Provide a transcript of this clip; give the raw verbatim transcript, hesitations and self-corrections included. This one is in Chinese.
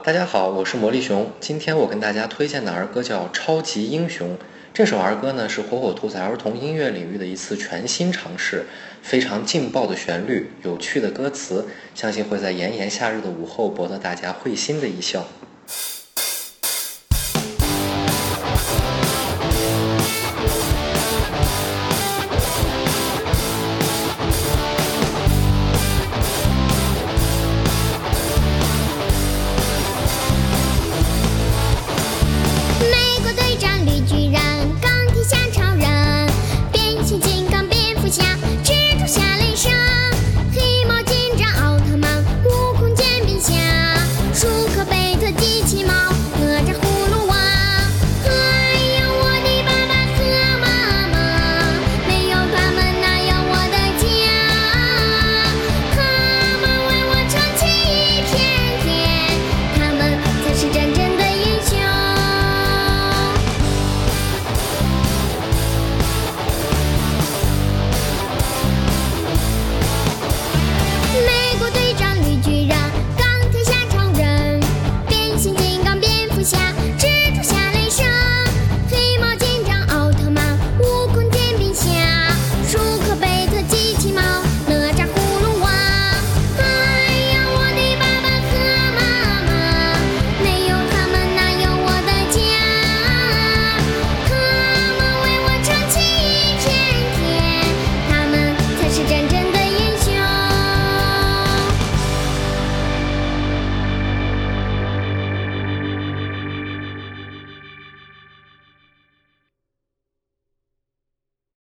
大家好，我是魔力熊。今天我跟大家推荐的儿歌叫《超级英雄》。这首儿歌呢是火火兔在儿童音乐领域的一次全新尝试，非常劲爆的旋律，有趣的歌词，相信会在炎炎夏日的午后博得大家会心的一笑。